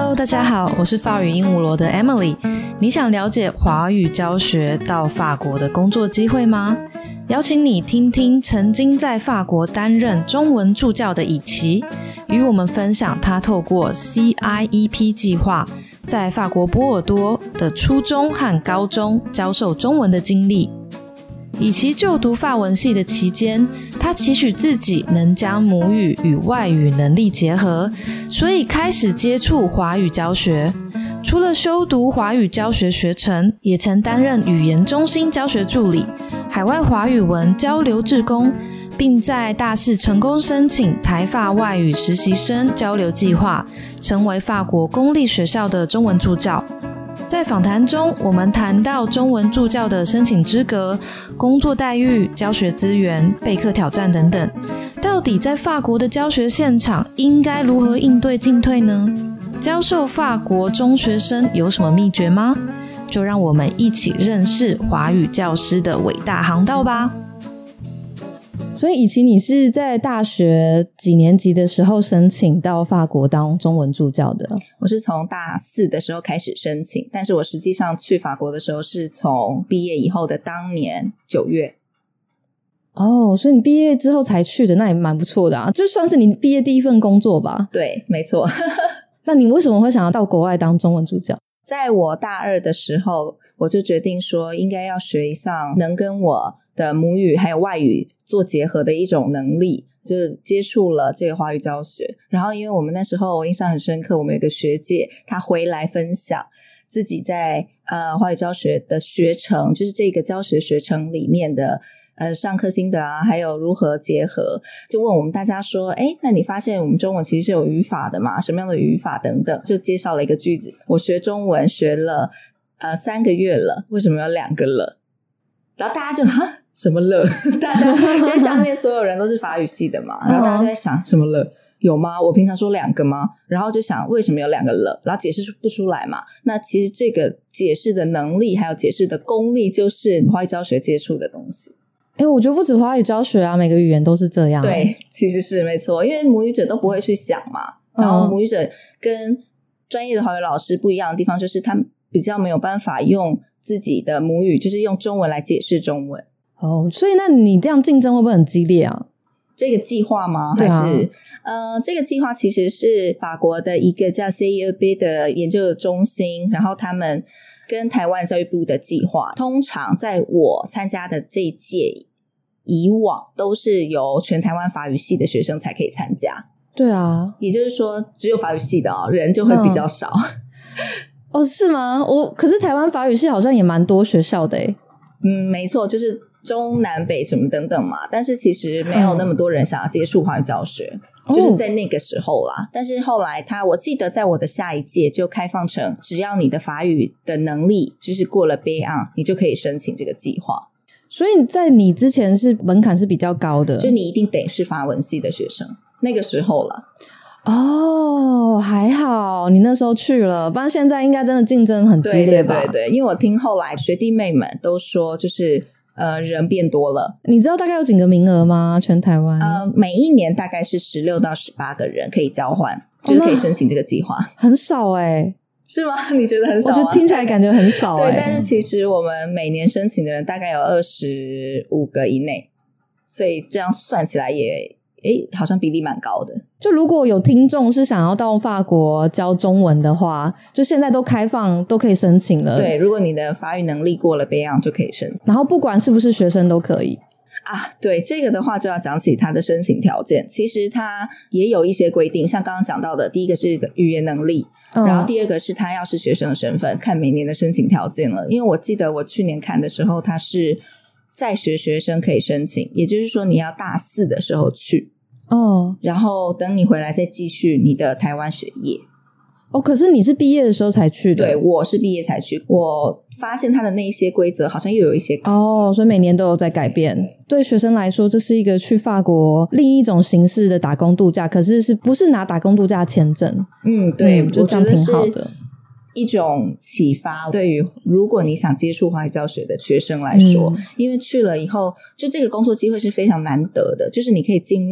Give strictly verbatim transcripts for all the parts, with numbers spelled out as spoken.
Hello， 大家好，我是法语鹦鹉螺的 Emily。你想了解华语教学到法国的工作机会吗？邀请你听听曾经在法国担任中文助教的以琪，与我们分享他透过 C I E P 计划在法国波尔多的初中和高中教授中文的经历。以其就读法文系的期间，他期许自己能将母语与外语能力结合，所以开始接触华语教学。除了修读华语教学学程，也曾担任语言中心教学助理、海外华语文交流志工，并在大四成功申请台法外语实习生交流计划，成为法国公立学校的中文助教。在访谈中，我们谈到中文助教的申请资格、工作待遇、教学资源、备课挑战等等。到底在法国的教学现场应该如何应对进退呢？教授法国中学生有什么秘诀吗？就让我们一起认识华语教师的伟大航道吧。所以以琪，你是在大学几年级的时候申请到法国当中文助教的？ 我是从大四的时候开始申请，但是我实际上去法国的时候是从毕业以后的当年九月。 哦，所以你毕业之后才去的，那也蛮不错的啊，就算是你毕业第一份工作吧。 对，没错。 那你为什么会想要到国外当中文助教？ 在我大二的时候，我就决定说应该要学一项能跟我的母语还有外语做结合的一种能力，就是接触了这个华语教学。然后因为我们那时候我印象很深刻，我们有个学姐她回来分享自己在呃华语教学的学程，就是这个教学学程里面的呃上课心得啊，还有如何结合，就问我们大家说，诶，那你发现我们中文其实是有语法的嘛？什么样的语法等等，就介绍了一个句子。我学中文学了呃三个月了，为什么有两个了？然后大家就哈什么了？大家因为下面所有人都是法语系的嘛，然后大家就在想什么了？有吗？我平常说两个吗？然后就想为什么有两个了，然后解释不出来嘛。那其实这个解释的能力还有解释的功力就是华语教学接触的东西。 诶，我觉得不止华语教学啊，每个语言都是这样。 对，其实是没错，因为母语者都不会去想嘛。然后母语者跟专业的华语老师不一样的地方，就是他比较没有办法用自己的母语，就是用中文来解释中文。 哦，所以那你这样竞争会不会很激烈啊？ 这个计划吗？还是、啊、呃，这个计划其实是法国的一个叫 C I E P 的研究中心，然后他们跟台湾教育部的计划。通常在我参加的这一届以往都是由全台湾法语系的学生才可以参加。 对啊， 也就是说只有法语系的哦，人就会比较少。 嗯、哦，是吗？我可是台湾法语系好像也蛮多学校的诶。 嗯，没错，就是中南北什么等等嘛，但是其实没有那么多人想要接触华语教学、嗯、就是在那个时候啦、哦、但是后来他我记得在我的下一届就开放成只要你的法语的能力就是过了 B 一 你就可以申请这个计划。 所以在你之前是门槛是比较高的， 就你一定得是法文系的学生，那个时候啦。 哦，还好你那时候去了，不然现在应该真的竞争很激烈吧？ 对对对对，因为我听后来学弟妹们都说就是呃人变多了。 你知道大概有几个名额吗？全台湾呃每一年大概是十六到十八个人可以交换、哦、就是可以申请这个计划。 很少欸。 是吗？你觉得很少吗？ 我觉得听起来感觉很少欸。 对，但是其实我们每年申请的人大概有二十五个以内，所以这样算起来也诶好像比例蛮高的。 就如果有听众是想要到法国教中文的话，就现在都开放都可以申请了。 对，如果你的法语能力过了备案就可以申请， 然后不管是不是学生都可以啊。对，这个的话就要讲起它的申请条件。其实它也有一些规定，像刚刚讲到的，第一个是语言能力、嗯、然后第二个是他要是学生的身份，看每年的申请条件了。因为我记得我去年看的时候，他是在学学生可以申请，也就是说你要大四的时候去哦，然后等你回来再继续你的台湾学业。 哦，可是你是毕业的时候才去的？ 对，我是毕业才去。我发现他的那些规则好像又有一些哦，所以每年都有在改变。对，对学生来说，这是一个去法国另一种形式的打工度假，可是是不是拿打工度假签证？ 嗯，对， 嗯、就这样挺好的。 一种启发，对于如果你想接触华语教学的学生来说、嗯、因为去了以后就这个工作机会是非常难得的，就是你可以进入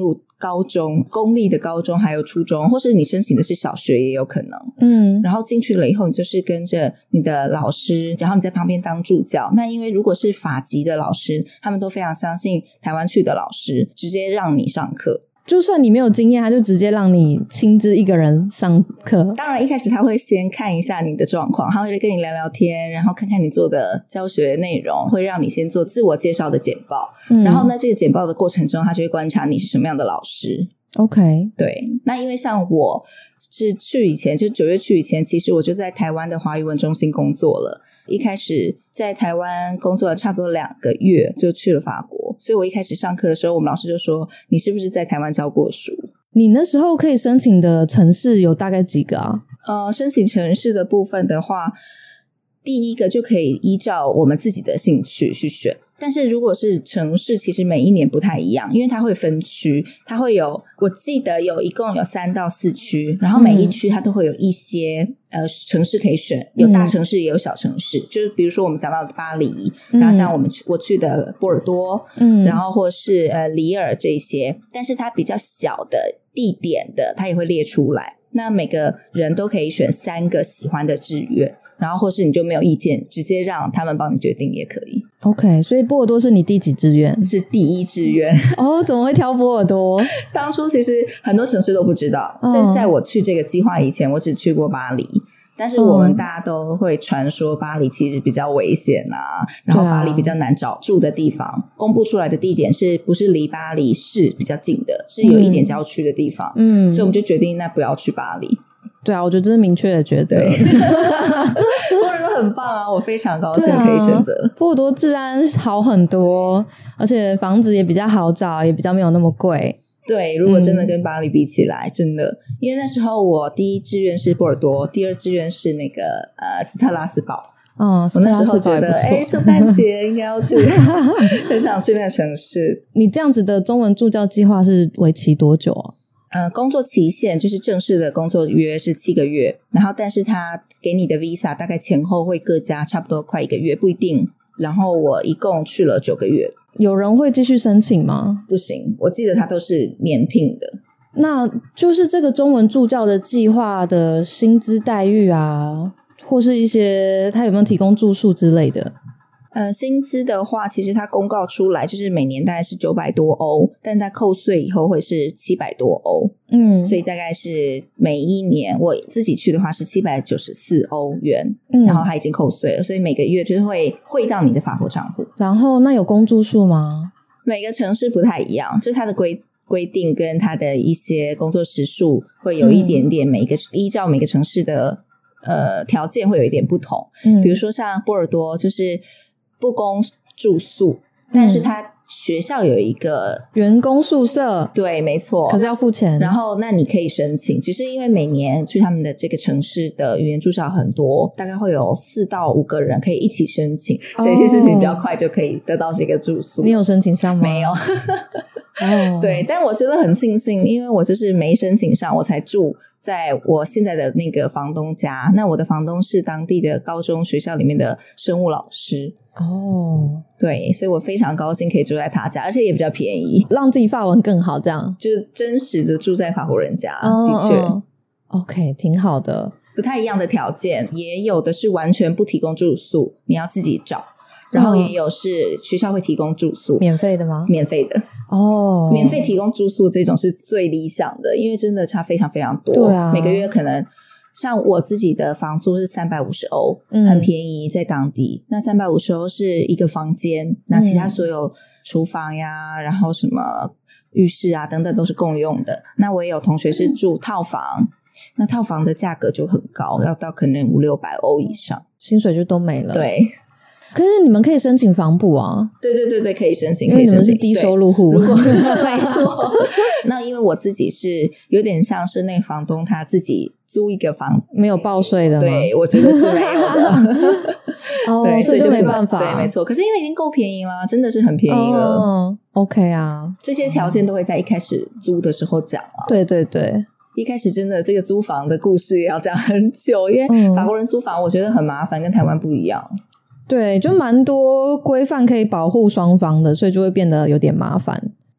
高中，公立的高中还有初中，或是你申请的是小学也有可能。 嗯， 然后进去了以后，你就是跟着你的老师，然后你在旁边当助教。那因为如果是法籍的老师，他们都非常相信台湾去的老师，直接让你上课。 就算你没有经验，他就直接让你亲自一个人上课。 当然一开始他会先看一下你的状况，他会跟你聊聊天，然后看看你做的教学内容，会让你先做自我介绍的简报、嗯、然后呢这个简报的过程中，他就会观察你是什么样的老师。 OK， 对，那因为像我是去以前，就九月去以前，其实我就在台湾的华语文中心工作了。一开始在台湾工作了差不多两个月就去了法国，所以我一开始上课的时候，我们老师就说你是不是在台湾教过书。 你那时候可以申请的城市有大概几个啊？ 呃，申请城市的部分的话，第一个就可以依照我们自己的兴趣去选，但是如果是城市，其实每一年不太一样，因为它会分区，它会有，我记得有一共有三到四区，然后每一区它都会有一些、嗯、呃城市可以选，有大城市也有小城市、嗯、就是比如说我们讲到的巴黎、嗯、然后像我们去我去的波尔多，嗯，然后或是呃里尔这些，但是它比较小的地点的它也会列出来，那每个人都可以选三个喜欢的志愿，然后或是你就没有意见，直接让他们帮你决定也可以。 OK， 所以波尔多是你第几志愿？ 是第一志愿。 哦，怎么会挑波尔多？ 当初其实很多城市都不知道、哦、在在我去这个计划以前，我只去过巴黎，但是我们大家都会传说巴黎其实比较危险啊，然后巴黎比较难找住的地方、啊、公布出来的地点是不是离巴黎市比较近的，是有一点郊区的地方，嗯，所以我们就决定那不要去巴黎。 对啊，我觉得这是明确的抉择。 波尔多很棒啊，我非常高兴可以选择、啊、 波尔多治安好很多，而且房子也比较好找，也比较没有那么贵。 对，如果真的跟巴黎比起来、嗯、真的，因为那时候我第一志愿是波尔多，第二志愿是那个呃斯特拉斯堡。 嗯， 我那时候觉得哎，圣诞节应该要去很想去那个城市。 你这样子的中文助教计划是为期多久啊？ 呃，工作期限就是正式的工作约是七个月，然后但是他给你的 visa 大概前后会各加差不多快一个月，不一定。然后我一共去了九个月。 有人会继续申请吗？ 不行，我记得他都是年聘的。 那就是这个中文助教的计划的薪资待遇啊，或是一些他有没有提供住宿之类的？ 呃，薪资的话，其实它公告出来就是每年大概是九百多欧，但它扣税以后会是七百多欧，嗯，所以大概是每一年我自己去的话是七百九十四欧元，嗯，然后它已经扣税了，所以每个月就是会汇到你的法国账户。 然后那有公住宿吗？ 每个城市不太一样，就是它的规规定跟它的一些工作时数会有一点点，每个、嗯、依照每个城市的呃条件会有一点不同，嗯，比如说像波尔多就是不供住宿，但是他学校有一个员工宿舍， 对，没错， 可是要付钱。 然后那你可以申请，只是因为每年去他们的这个城市的语言助教很多，大概会有四到五个人可以一起申请，所以先申请比较快就可以得到这个住宿。 你有申请上吗？ 没有。Oh. 对，但我觉得很庆幸，因为我就是没申请上，我才住在我现在的那个房东家。那我的房东是当地的高中学校里面的生物老师哦， oh. 对，所以我非常高兴可以住在他家，而且也比较便宜， 让自己法文更好，这样就是真实的住在法国人家。 oh, 的确 oh. OK， 挺好的。 不太一样的条件，也有的是完全不提供住宿，你要自己找，然后也有是学校会提供住宿。 免费的吗？ 免费的哦，免费提供住宿这种是最理想的，因为真的差非常非常多。 对啊， 每个月可能像我自己的房租是三百五十欧，嗯，很便宜在当地。那三百五十欧是一个房间，那其他所有厨房呀，嗯，然后什么浴室啊等等都是共用的。那我也有同学是住套房，那套房的价格就很高，要到可能五六百欧以上， 薪水就都没了。 对。 可是你们可以申请房补啊。 对对对对，可以申请， 因为你们是低收入户。 没错。那因为我自己是有点像是那个房东他自己租一个房子， 没有报税的吗？ 对，我觉得是没有的。 哦，对，所以就没办法。 对，没错。可是因为已经够便宜了，真的是很便宜了。 哦 OK 啊， 这些条件都会在一开始租的时候讲啊。 对对对。 一开始真的这个租房的故事也要讲很久，因为法国人租房我觉得很麻烦，跟台湾不一样。对， 就蛮多规范可以保护双方的，所以就会变得有点麻烦。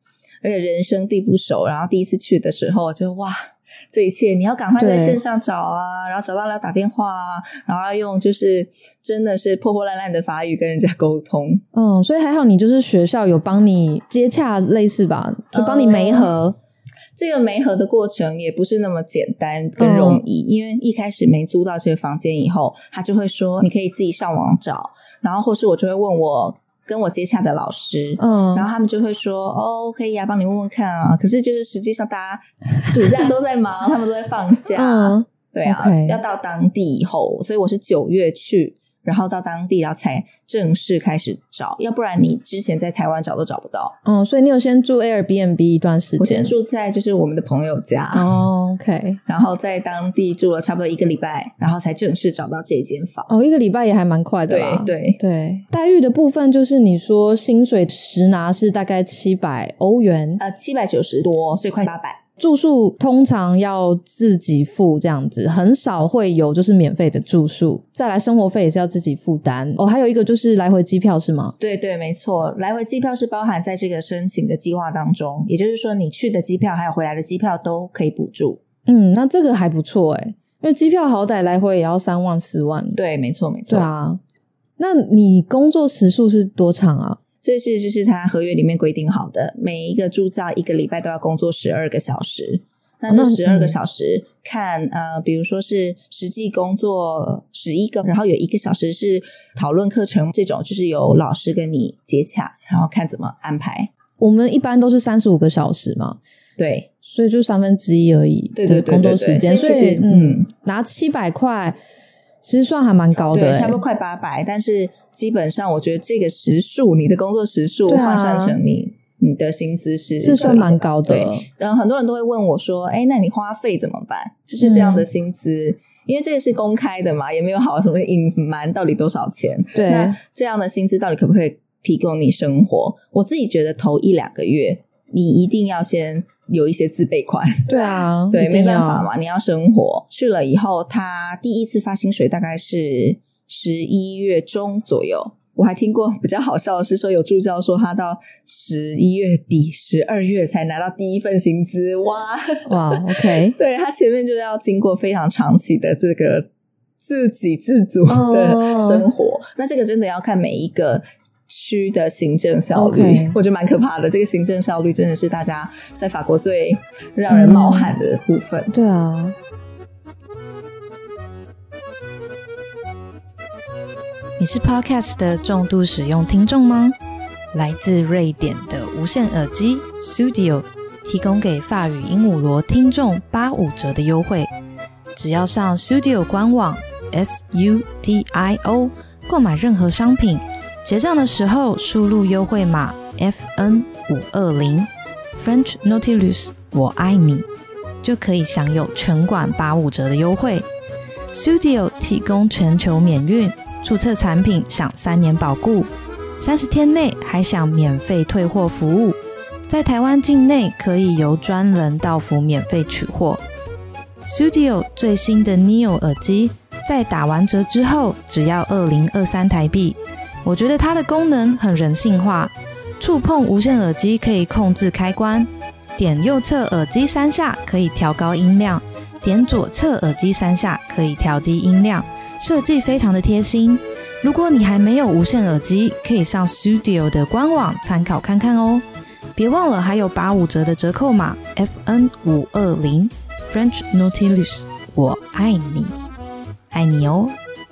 而且人生地不熟，然后第一次去的时候就哇，这一切你要赶快在线上找啊，然后找到了要打电话啊，然后要用就是真的是破破烂烂的法语跟人家沟通。 嗯，所以还好你就是学校有帮你接洽类似吧，就帮你媒合、嗯、 这个媒合的过程也不是那么简单跟容易、嗯、因为一开始没租到这个房间以后，他就会说你可以自己上网找，然后或是我就会问我跟我接洽的老师，嗯，然后他们就会说哦可以啊，帮你问问看啊。可是就是实际上大家暑假都在忙他们都在放假、嗯、对啊、okay. 要到当地以后，所以我是九月去，然后到当地然后才正式开始找，要不然你之前在台湾找都找不到。 嗯，所以你有先住 Airbnb 一段时间？ 我先住在就是我们的朋友家。 哦 OK， 然后在当地住了差不多一个礼拜，然后才正式找到这间房。 哦，一个礼拜也还蛮快的啦。 对对对，待遇的部分就是你说薪水实拿是大概七百欧元， 呃七百九十多，所以快八百。 住宿通常要自己付这样子，很少会有就是免费的住宿，再来生活费也是要自己负担。哦，还有一个就是来回机票是吗？ 对对没错，来回机票是包含在这个申请的计划当中，也就是说你去的机票还有回来的机票都可以补助。 嗯，那这个还不错耶，因为机票好歹来回也要三万四万。 对没错没错。 对啊，那你工作时数是多长啊？ 这是就是他合约里面规定好的，每一个助教一个礼拜都要工作十二个小时。那这十二个小时、嗯、看呃，比如说是实际工作十一个，然后有一个小时是讨论课程，这种就是由老师跟你接洽，然后看怎么安排。 我们一般都是三十五个小时嘛， 对， 所以就三分之一而已的工作时间，所以其实嗯，拿七百块其实算还蛮高的、欸、 对，差不多快八百，但是基本上我觉得这个时数，你的工作时数换算成你、啊、你的薪资是是算蛮高的。 对，然后很多人都会问我说哎，那你花费怎么办？就是这样的薪资、嗯、因为这个是公开的嘛，也没有好什么隐瞒到底多少钱。 对， 那这样的薪资到底可不可以提供你生活？我自己觉得头一两个月你一定要先有一些自备款。 对啊， 对，没办法嘛，你要生活。去了以后他第一次发薪水大概是十一月中左右，我还听过比较好笑的是说有助教说他到十一月底十二月才拿到第一份薪资。哇哇 OK 对，他前面就要经过非常长期的这个自给自足的生活、oh. 那这个真的要看每一个区的行政效率、okay. 我觉得蛮可怕的，这个行政效率真的是大家在法国最让人冒汗的部分、嗯、 对啊。你是 Podcast 的重度使用听众吗？来自瑞典的无线耳机 Sudio 提供给法语鹦鹉螺听众八五折的优惠，只要上 Sudio 官网 S U D I O 购买任何商品，结账的时候输入优惠码 F N 五二零 French Nautilus 我爱你，就可以享有全馆八五折的优惠。 Sudio 提供全球免运，注册产品享三年保固，三十天内还享免费退货服务，在台湾境内可以由专人到府免费取货。 Sudio 最新的 Neo 耳机在打完折之后只要二零二三台币，我觉得它的功能很人性化，触碰无线耳机可以控制开关，点右侧耳机三下可以调高音量，点左侧耳机三下可以调低音量，设计非常的贴心。如果你还没有无线耳机，可以上 Sudio 的官网参考看看哦。别忘了还有八五折的折扣码 F N 五二零 French Nautilus 我爱你，爱你哦。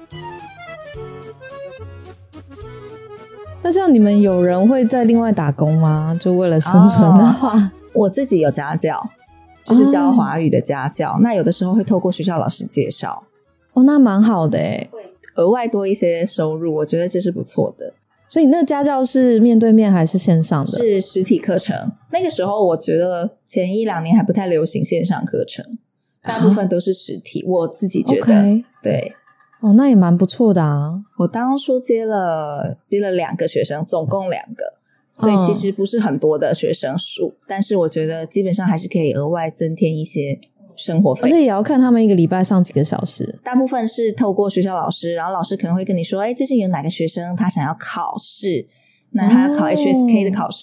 那这样你们有人会再另外打工吗？就为了生存的话、哦、 我自己有家教，就是教华语的家教、哦、那有的时候会透过学校老师介绍。 哦，那蛮好的耶， 会额外多一些收入，我觉得这是不错的。 所以你那个家教是面对面还是线上的？ 是实体课程。那个时候我觉得前一两年还不太流行线上课程，大部分都是实体、啊、我自己觉得、okay. 对。 哦，那也蛮不错的啊。 我当初接了接了两个学生，总共两个，所以其实不是很多的学生数、嗯、但是我觉得基本上还是可以额外增添一些生活费， 而且也要看他们一个礼拜上几个小时。 大部分是透过学校老师，然后老师可能会跟你说，哎，最近有哪个学生他想要考试，那他要考 H S K 的考试、哦、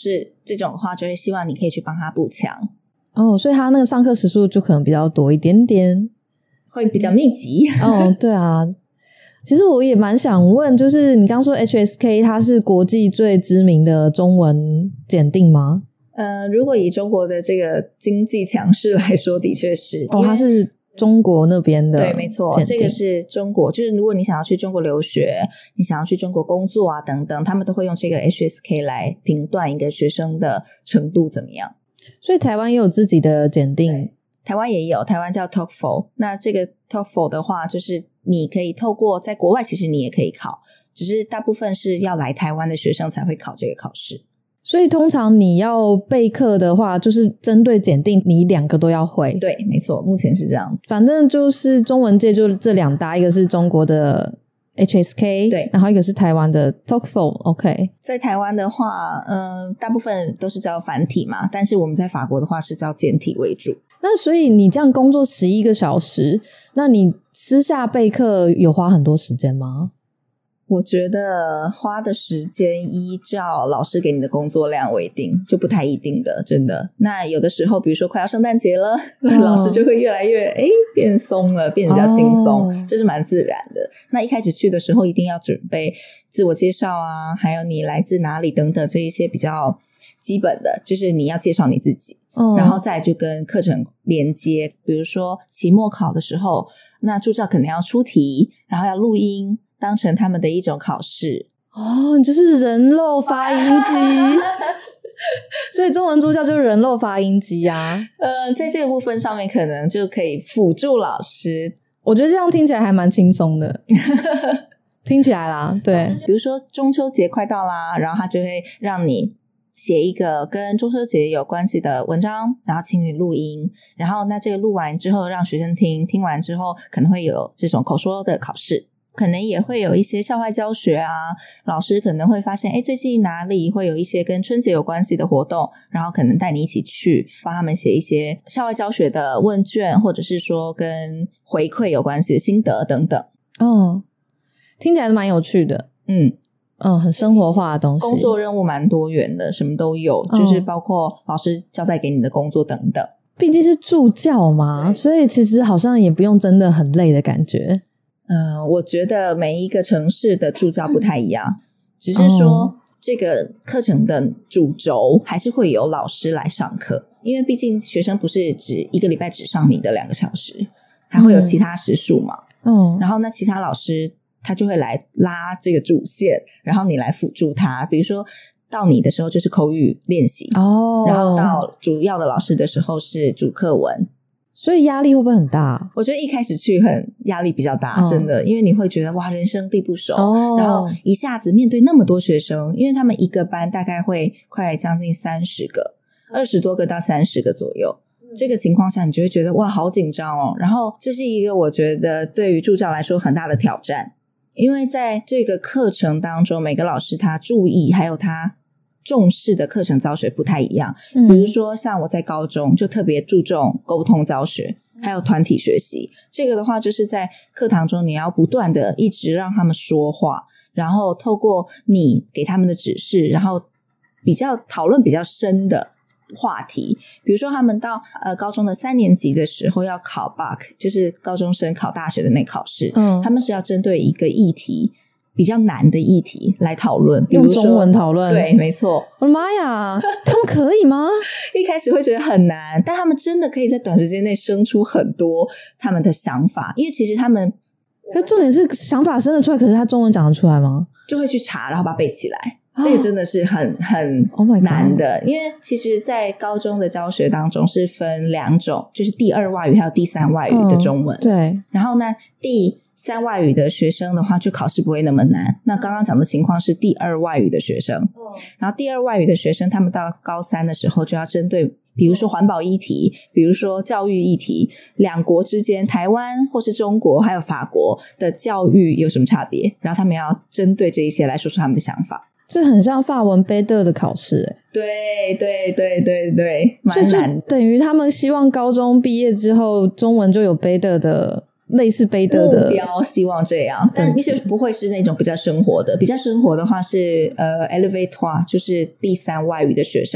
这种的话就会希望你可以去帮他补强。 哦，所以他那个上课时数就可能比较多一点点， 会比较密集。 哦，对啊。其实我也蛮想问，就是你刚刚说 H S K 它是国际最知名的中文检定吗？ 呃，如果以中国的这个经济强势来说，的确是。 哦，它是中国那边的。 对，没错，这个是中国，就是如果你想要去中国留学，你想要去中国工作啊等等，他们都会用这个 H S K 来评断一个学生的程度怎么样。 所以台湾也有自己的检定。 台湾也有，台湾叫 TOEFL。 那这个 TOEFL 的话，就是你可以透过在国外其实你也可以考，只是大部分是要来台湾的学生才会考这个考试。 所以通常你要备课的话，就是针对检定你两个都要会。 对，没错，目前是这样。 反正就是中文界就这两大，一个是中国的 H S K， 对， 然后一个是台湾的 TOEFL。 OK， 在台湾的话呃，大部分都是教繁体嘛，但是我们在法国的话是教简体为主。 那所以你这样工作十一个小时，那你私下备课有花很多时间吗？ 我觉得花的时间依照老师给你的工作量为定，就不太一定的，真的。那有的时候比如说快要圣诞节了，那、哦、老师就会越来越诶变松了，变得比较轻松、哦、这是蛮自然的。那一开始去的时候一定要准备自我介绍啊，还有你来自哪里等等，这一些比较基本的，就是你要介绍你自己、哦、然后再就跟课程连接。比如说期末考的时候，那助教可能要出题，然后要录音，当成他们的一种考试。 哦，你就是人肉发音机。所以中文助教就是人肉发音机啊。 呃，在这个部分上面可能就可以辅助老师。 我觉得这样听起来还蛮轻松的。听起来啦，对。 比如说中秋节快到啦，然后他就会让你写一个跟中秋节有关系的文章，然后请你录音，然后那这个录完之后让学生听，听完之后可能会有这种口说的考试，可能也会有一些校外教学啊，老师可能会发现诶最近哪里会有一些跟春节有关系的活动，然后可能带你一起去帮他们写一些校外教学的问卷，或者是说跟回馈有关系的心得等等。 哦，听起来蛮有趣的。 嗯嗯，很生活化的东西。 工作任务蛮多元的，什么都有、哦、就是包括老师交代给你的工作等等。 毕竟是助教嘛，所以其实好像也不用真的很累的感觉。 呃，我觉得每一个城市的助教不太一样，只是说这个课程的主轴还是会有老师来上课，因为毕竟学生不是只一个礼拜只上你的两个小时，还会有其他时数嘛。嗯，然后那其他老师他就会来拉这个主线，然后你来辅助他。比如说到你的时候就是口语练习哦，然后到主要的老师的时候是主课文。 所以压力会不会很大？ 我觉得一开始去很压力比较大、哦、真的，因为你会觉得哇人生地不熟、哦、然后一下子面对那么多学生，因为他们一个班大概会快将近三十个，二十多个到三十个左右，这个情况下你就会觉得哇好紧张哦。然后这是一个我觉得对于助教来说很大的挑战，因为在这个课程当中每个老师他注意还有他重视的课程教学不太一样、嗯、比如说像我在高中就特别注重沟通教学还有团体学习，这个的话就是在课堂中你要不断的一直让他们说话，然后透过你给他们的指示，然后比较讨论比较深的话题。比如说他们到呃高中的三年级的时候要考 B A C， 就是高中生考大学的那考试、嗯、他们是要针对一个议题比较难的议题来讨论，比如用中文讨论。 对，没错。 我的妈呀，他们可以吗？ 一开始会觉得很难，但他们真的可以在短时间内生出很多他们的想法，因为其实他们可重点是想法生得出来，可是他中文讲得出来吗？ 就会去查然后把它背起来、啊、这个真的是很很难的、oh、因为其实在高中的教学当中是分两种，就是第二外语还有第三外语的中文、 嗯、对。 然后呢第三外语的学生的话就考试不会那么难，那刚刚讲的情况是第二外语的学生、哦、然后第二外语的学生他们到高三的时候就要针对比如说环保议题，比如说教育议题，两国之间台湾或是中国还有法国的教育有什么差别，然后他们要针对这一些来说出他们的想法。 这很像法文贝德的考试耶。 对对对对对，蛮难的。 等于他们希望高中毕业之后中文就有贝德的类似贝德的目标，希望这样，但你就不会是那种比较生活的。比较生活的话是呃 Elevatoire， 就是第三外语的学生，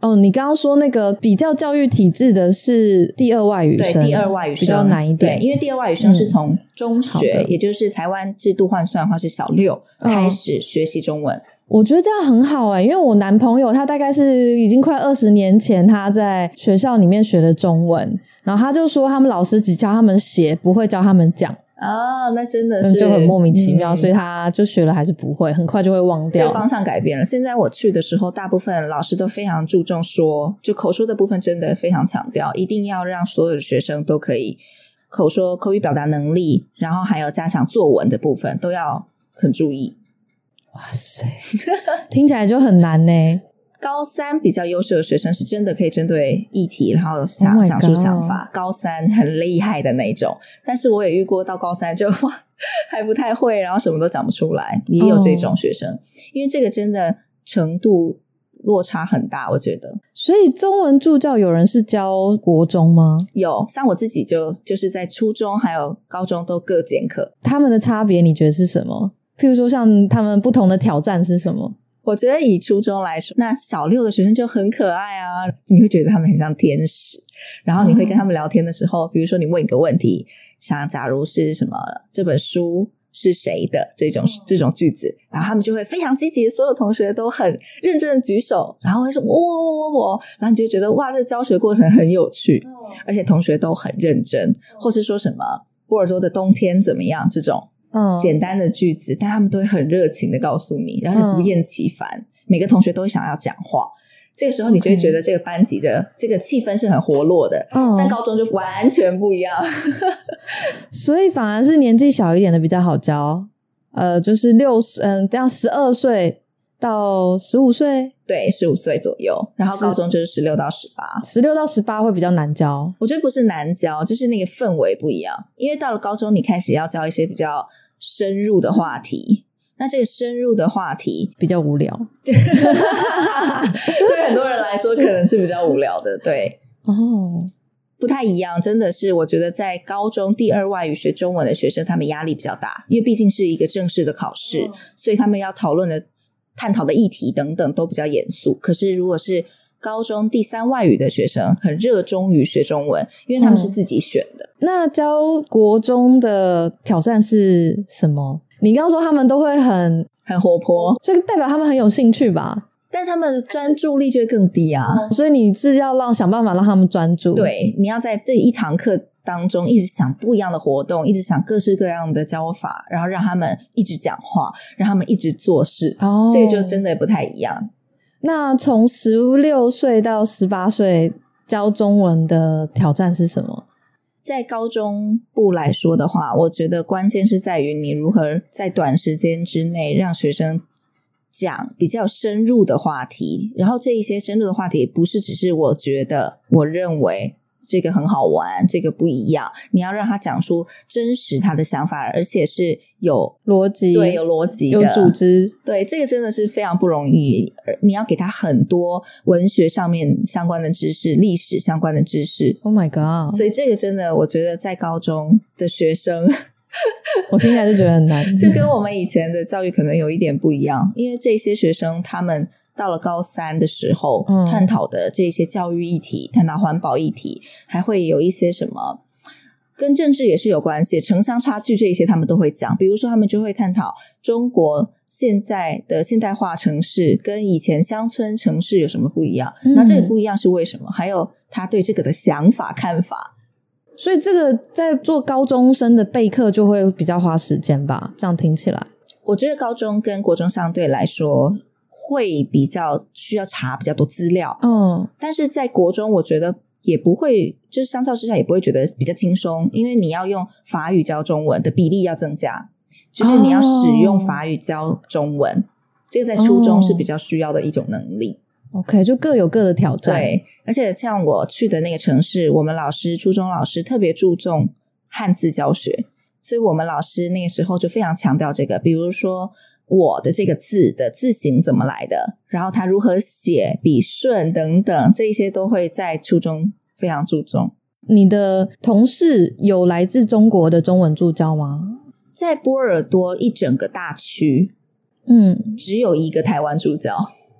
哦，你刚刚说那个比较教育体制的是第二外语生， 对，第二外语生比较难一点， 对，因为第二外语生是从中学、 嗯、 也就是台湾制度换算的话是小六、哦、开始学习中文。 我觉得这样很好欸，因为我男朋友他大概是已经快二十年前他在学校里面学的中文，然后他就说他们老师只教他们写，不会教他们讲。 哦，那真的是就很莫名其妙、 嗯、 所以他就学了还是不会，很快就会忘掉。 这个方向改变了，现在我去的时候大部分老师都非常注重说，就口说的部分真的非常强调，一定要让所有的学生都可以口说，口语表达能力，然后还有加强作文的部分都要很注意。 哇塞，听起来就很难呢。 高三比较优秀的学生是真的可以针对议题然后想、oh、讲出想法，高三很厉害的那种。但是我也遇过到高三就哇还不太会，然后什么都讲不出来，也有这种学生、oh. 因为这个真的程度落差很大，我觉得。 所以中文助教有人是教国中吗？ 有，像我自己就就是在初中还有高中都各兼课。 他们的差别你觉得是什么？譬如说像他们不同的挑战是什么？ 我觉得以初中来说，那小六的学生就很可爱啊，你会觉得他们很像天使，然后你会跟他们聊天的时候、嗯、比如说你问一个问题，像假如是什么这本书是谁的这种、嗯、这种句子，然后他们就会非常积极，所有同学都很认真的举手，然后会说我我我我，然后你就觉得哇，这个教学过程很有趣、嗯、而且同学都很认真、嗯、或是说什么波尔多的冬天怎么样这种嗯，简单的句子，但他们都会很热情的告诉你，然后就不厌其烦、嗯、每个同学都会想要讲话，这个时候你就会觉得这个班级的、okay. 这个气氛是很活络的、嗯、但高中就完全不一样所以反而是年纪小一点的比较好教，呃，就是六嗯，这样十二岁到十五岁， 对，十五岁左右，然后高中就是十六到十八， 十六到十八会比较难教。 我觉得不是难教，就是那个氛围不一样，因为到了高中你开始要教一些比较深入的话题，那这个深入的话题比较无聊对很多人来说可能是比较无聊的，对哦， 不太一样，真的是我觉得在高中第二外语学中文的学生他们压力比较大，因为毕竟是一个正式的考试、嗯、所以他们要讨论的探讨的议题等等都比较严肃，可是如果是高中第三外语的学生很热衷于学中文，因为他们是自己选的、嗯、 那教国中的挑战是什么？你刚刚说他们都会很很活泼， 所以代表他们很有兴趣吧， 但他们的专注力就会更低啊、 嗯、所以你是要让想办法让他们专注， 对，你要在这一堂课当中一直想不一样的活动，一直想各式各样的教法，然后让他们一直讲话，让他们一直做事、哦、这个就真的不太一样。 那从十六岁到十八岁教中文的挑战是什么？ 在高中部来说的话，我觉得关键是在于你如何在短时间之内让学生讲比较深入的话题，然后这一些深入的话题不是只是我觉得我认为这个很好玩，这个不一样，你要让他讲出真实他的想法，而且是有逻辑， 对，有逻辑的， 有组织， 对，这个真的是非常不容易，你要给他很多文学上面相关的知识，历史相关的知识 Oh my god， 所以这个真的我觉得在高中的学生我听起来就觉得很难就跟我们以前的教育可能有一点不一样，因为这些学生他们到了高三的时候、嗯、探讨的这些教育议题，探讨环保议题，还会有一些什么跟政治也是有关系，城乡差距这一些他们都会讲，比如说他们就会探讨中国现在的现代化城市跟以前乡村城市有什么不一样、嗯、那这个不一样是为什么，还有他对这个的想法看法， 所以这个在做高中生的备课就会比较花时间吧，这样听起来我觉得高中跟国中相对来说会比较需要查比较多资料，嗯，但是在国中我觉得也不会，就是相较之下也不会觉得比较轻松，因为你要用法语教中文的比例要增加，就是你要使用法语教中文、哦、这个在初中是比较需要的一种能力、 哦、OK， 就各有各的挑战， 对，而且像我去的那个城市，我们老师初中老师特别注重汉字教学，所以我们老师那个时候就非常强调这个，比如说我的这个字的字形怎么来的，然后它如何写，笔顺等等，这一些都会在初中非常注重。 你的同事有来自中国的中文助教吗？ 在波尔多一整个大区，嗯，只有一个台湾助教。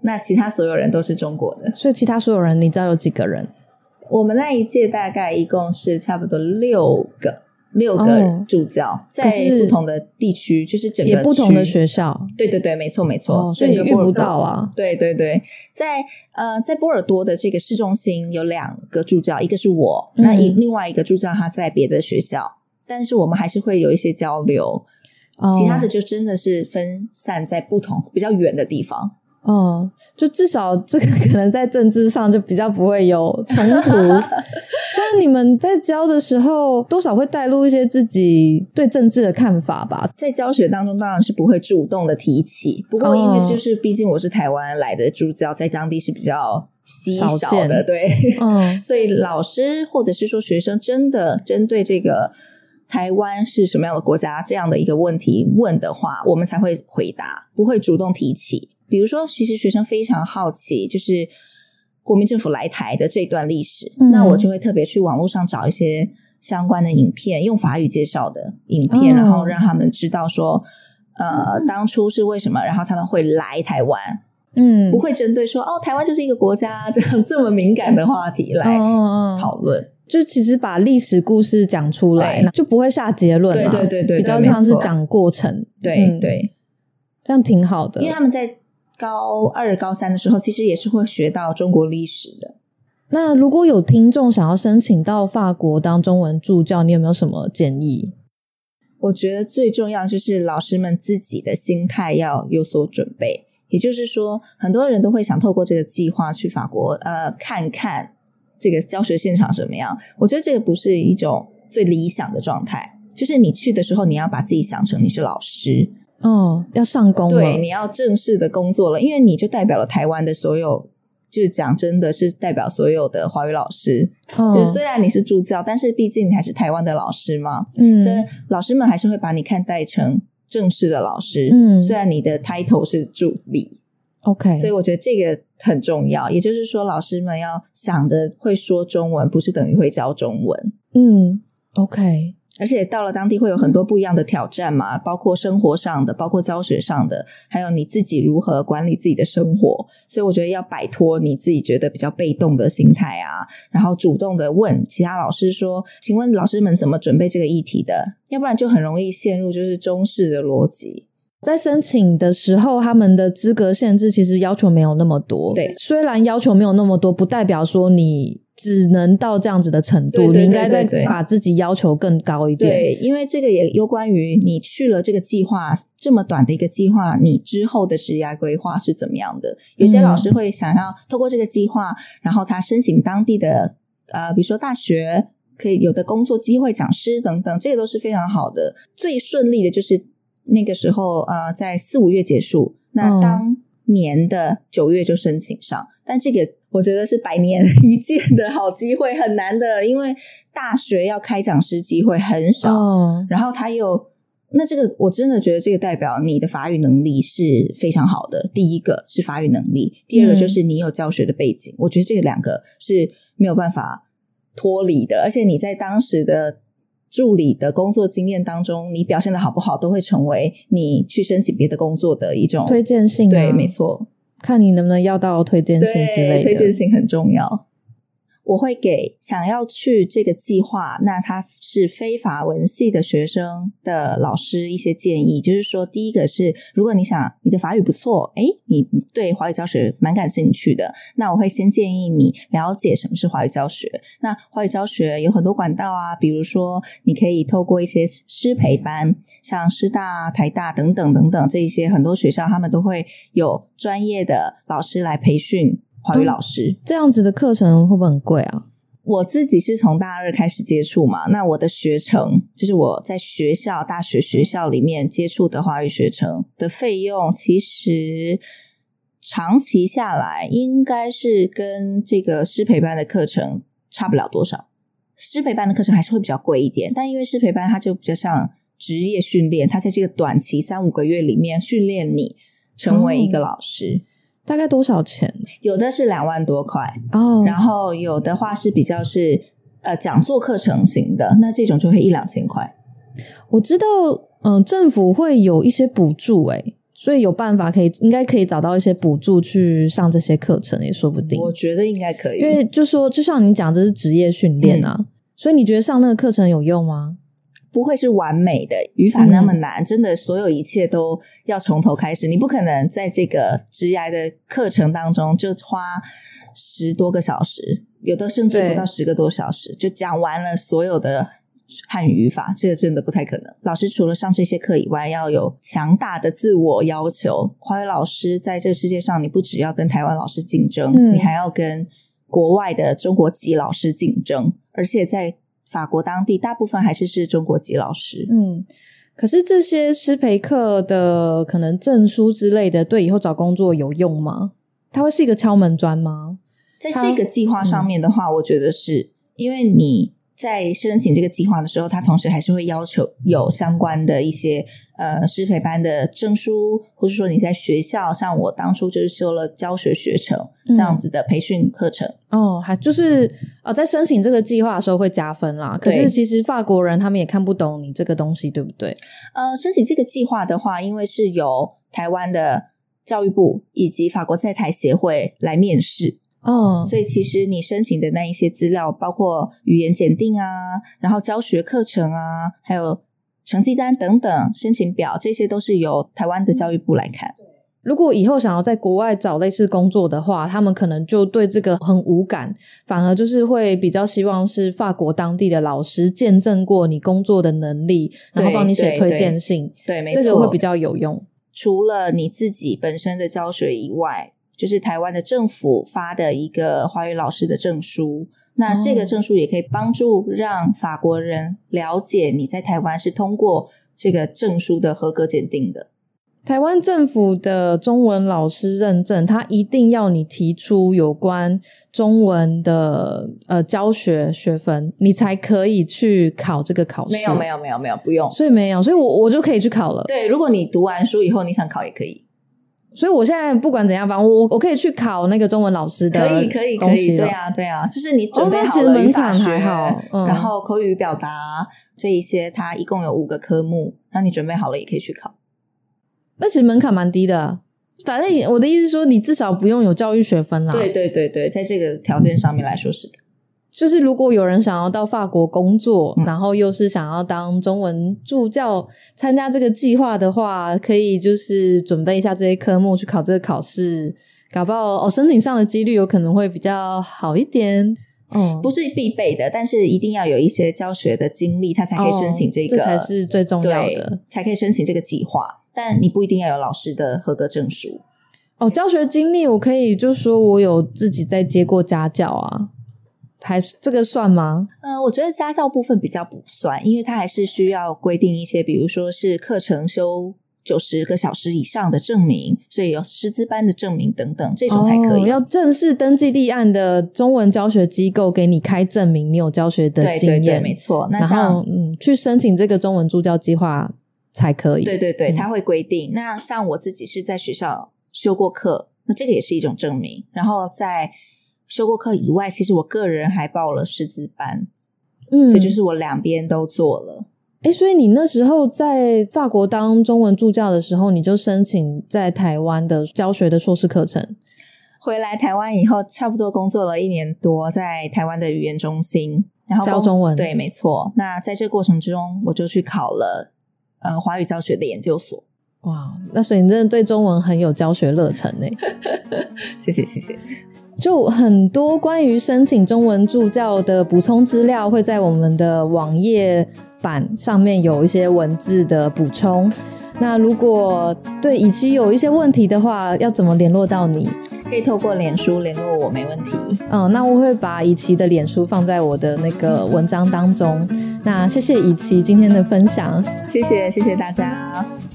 那其他所有人都是中国的。 所以其他所有人你知道有几个人？ 我们那一届大概一共是差不多六个六个助教、哦、在不同的地区，就是整个也不同的学校。 对对对，没错没错、 哦、所以你遇不到啊。 对对对，在呃在波尔多的这个市中心有两个助教，一个是我、嗯、那一另外一个助教他在别的学校，但是我们还是会有一些交流、哦、其他的就真的是分散在不同比较远的地方。 哦，就至少这个可能在政治上就比较不会有冲突。所以你们在教的时候多少会带入一些自己对政治的看法吧？ 在教学当中当然是不会主动的提起，不过因为就是毕竟我是台湾来的助教，在当地是比较稀少的，对、嗯、所以老师或者是说学生真的针对这个台湾是什么样的国家这样的一个问题问的话，我们才会回答，不会主动提起。比如说其实学生非常好奇就是国民政府来台的这段历史、嗯、那我就会特别去网络上找一些相关的影片，用法语介绍的影片、哦、然后让他们知道说呃，当初是为什么然后他们会来台湾，嗯，不会针对说哦台湾就是一个国家这样这么敏感的话题来讨论、哦哦， 就其实把历史故事讲出来就不会下结论嘛， 对对对对， 比较像是讲过程， 对、嗯、对， 这样挺好的。 因为他们在高二高三的时候其实也是会学到中国历史的。 那如果有听众想要申请到法国当中文助教，你有没有什么建议？ 我觉得最重要就是老师们自己的心态要有所准备，也就是说很多人都会想透过这个计划去法国呃看看这个教学现场什么样，我觉得这个不是一种最理想的状态，就是你去的时候你要把自己想成你是老师， 哦，要上工了， 对，你要正式的工作了，因为你就代表了台湾的所有，就是讲真的是代表所有的华语老师、哦、就是虽然你是助教，但是毕竟你还是台湾的老师嘛，嗯，所以老师们还是会把你看待成正式的老师，嗯，虽然你的 title 是助理 OK， 所以我觉得这个很重要，也就是说老师们要想着会说中文不是等于会教中文， 嗯 OK， 而且到了当地会有很多不一样的挑战嘛、嗯、包括生活上的，包括教学上的，还有你自己如何管理自己的生活，所以我觉得要摆脱你自己觉得比较被动的心态啊，然后主动的问其他老师说请问老师们怎么准备这个议题的，要不然就很容易陷入就是中式的逻辑。 在申请的时候他们的资格限制其实要求没有那么多， 对， 虽然要求没有那么多不代表说你只能到这样子的程度，对对对对对，你应该再把自己要求更高一点。 对，因为这个也有关于你去了这个计划这么短的一个计划，你之后的职业规划是怎么样的。有些老师会想要透过这个计划、嗯、然后他申请当地的呃，比如说大学可以有的工作机会，讲师等等，这个都是非常好的。最顺利的就是那个时候呃，在四五月结束，那当年的九月就申请上、嗯、但这个我觉得是百年一见的好机会，很难的，因为大学要开讲师机会很少、哦、然后他又那这个我真的觉得这个代表你的法语能力是非常好的，第一个是法语能力，第二个就是你有教学的背景、嗯、我觉得这两个是没有办法脱离的，而且你在当时的助理的工作经验当中你表现的好不好都会成为你去申请别的工作的一种推荐信、啊、 对，没错， 看你能不能要到推荐信之类的， 推荐信很重要。我会给想要去这个计划那他是非法文系的学生的老师一些建议，就是说第一个是如果你想你的法语不错，诶你对华语教学蛮感兴趣的，那我会先建议你了解什么是华语教学。那华语教学有很多管道啊，比如说你可以透过一些师培班，像师大台大等等等等，这一些很多学校他们都会有专业的老师来培训华语老师、 嗯、这样子的课程会不会很贵啊？ 我自己是从大二开始接触嘛，那我的学程就是我在学校大学学校里面接触的华语学程的费用，其实长期下来应该是跟这个师培班的课程差不了多少，师培班的课程还是会比较贵一点，但因为师培班它就比较像职业训练，它在这个短期三五个月里面训练你成为一个老师、哦， 大概多少钱？有的是两万多块哦， 然后有的话是比较是呃讲座课程型的，那这种就会一两千块。 我知道嗯、呃，政府会有一些补助诶， 所以有办法可以应该可以找到一些补助去上这些课程也说不定。 我觉得应该可以， 因为就说就像你讲这是职业训练啊、嗯、所以你觉得上那个课程有用吗？ 不会是完美的，语法那么难、嗯、真的所有一切都要从头开始，你不可能在这个职涯的课程当中就花十多个小时，有的甚至不到十个多小时就讲完了所有的汉语语法，这个真的不太可能。老师除了上这些课以外要有强大的自我要求，华语老师在这个世界上你不只要跟台湾老师竞争、嗯、你还要跟国外的中国籍老师竞争，而且在法国当地大部分还是是中国籍老师。 嗯，可是这些师培课的可能证书之类的对以后找工作有用吗？它会是一个敲门砖吗？ 在这个计划上面的话、嗯、我觉得是，因为你在申请这个计划的时候，它同时还是会要求有相关的一些呃师培班的证书，或者说你在学校，像我当初就是修了教学学程、嗯、这样子的培训课程。 哦，还就是呃在申请这个计划的时候会加分啦。可是其实法国人他们也看不懂你这个东西，对不对？ 呃，申请这个计划的话，因为是由台湾的教育部以及法国在台协会来面试。 哦、 oh. 所以其实你申请的那一些资料包括语言检定啊，然后教学课程啊，还有成绩单等等申请表，这些都是由台湾的教育部来看。 如果以后想要在国外找类似工作的话，他们可能就对这个很无感，反而就是会比较希望是法国当地的老师见证过你工作的能力，然后帮你写推荐信。 对, 对, 对没错， 这个会比较有用。 除了你自己本身的教学以外，就是台湾的政府发的一个华语老师的证书，那这个证书也可以帮助让法国人了解你在台湾是通过这个证书的合格检定的。 台湾政府的中文老师认证，他一定要你提出有关中文的呃教学学分，你才可以去考这个考试。 没有没有没有没有不用， 所以没有，所以我我就可以去考了。 对，如果你读完书以后你想考也可以。 所以我现在不管怎样，反正我我可以去考那个中文老师的可以可以可以，对啊对啊，就是你准备好了语法学、哦、还好、嗯、然后口语表达这一些，它一共有五个科目，让你准备好了也可以去考。 那其实门槛蛮低的，反正我的意思是说你至少不用有教育学分啦。 对对对对，在这个条件上面来说是的。 就是如果有人想要到法国工作、嗯、然后又是想要当中文助教参加这个计划的话，可以就是准备一下这些科目去考这个考试，搞不好哦申请上的几率有可能会比较好一点。 嗯，不是必备的，但是一定要有一些教学的经历，他才可以申请这个、 哦、这才是最重要的， 才可以申请这个计划。但你不一定要有老师的合格证书。 哦，教学经历我可以就说我有自己在接过家教啊，还是这个算吗？ 呃，我觉得家教部分比较不算，因为它还是需要规定一些，比如说是课程修九十个小时以上的证明，所以有师资班的证明等等，这种才可以。 哦、要正式登记立案的中文教学机构给你开证明，你有教学的经验。 对对对，没错。那像然后嗯，去申请这个中文助教计划才可以。 对对对，它会规定、嗯。那像我自己是在学校修过课，那这个也是一种证明。然后在修过课以外，其实我个人还报了师资班，嗯，所以就是我两边都做了。 诶，所以你那时候在法国当中文助教的时候，你就申请在台湾的教学的硕士课程。 回来台湾以后，差不多工作了一年多，在台湾的语言中心，然后教中文。 对，没错。那在这个过程之中，我就去考了呃华语教学的研究所。 哇，那所以你真的对中文很有教学热忱耶。 谢谢谢谢。 就很多关于申请中文助教的补充资料会在我们的网页版上面有一些文字的补充。那如果对以期有一些问题的话，要怎么联络到你？ 可以透过脸书联络我，没问题。 嗯，那我会把以期的脸书放在我的那个文章当中。那谢谢以期今天的分享。 谢谢谢谢大家。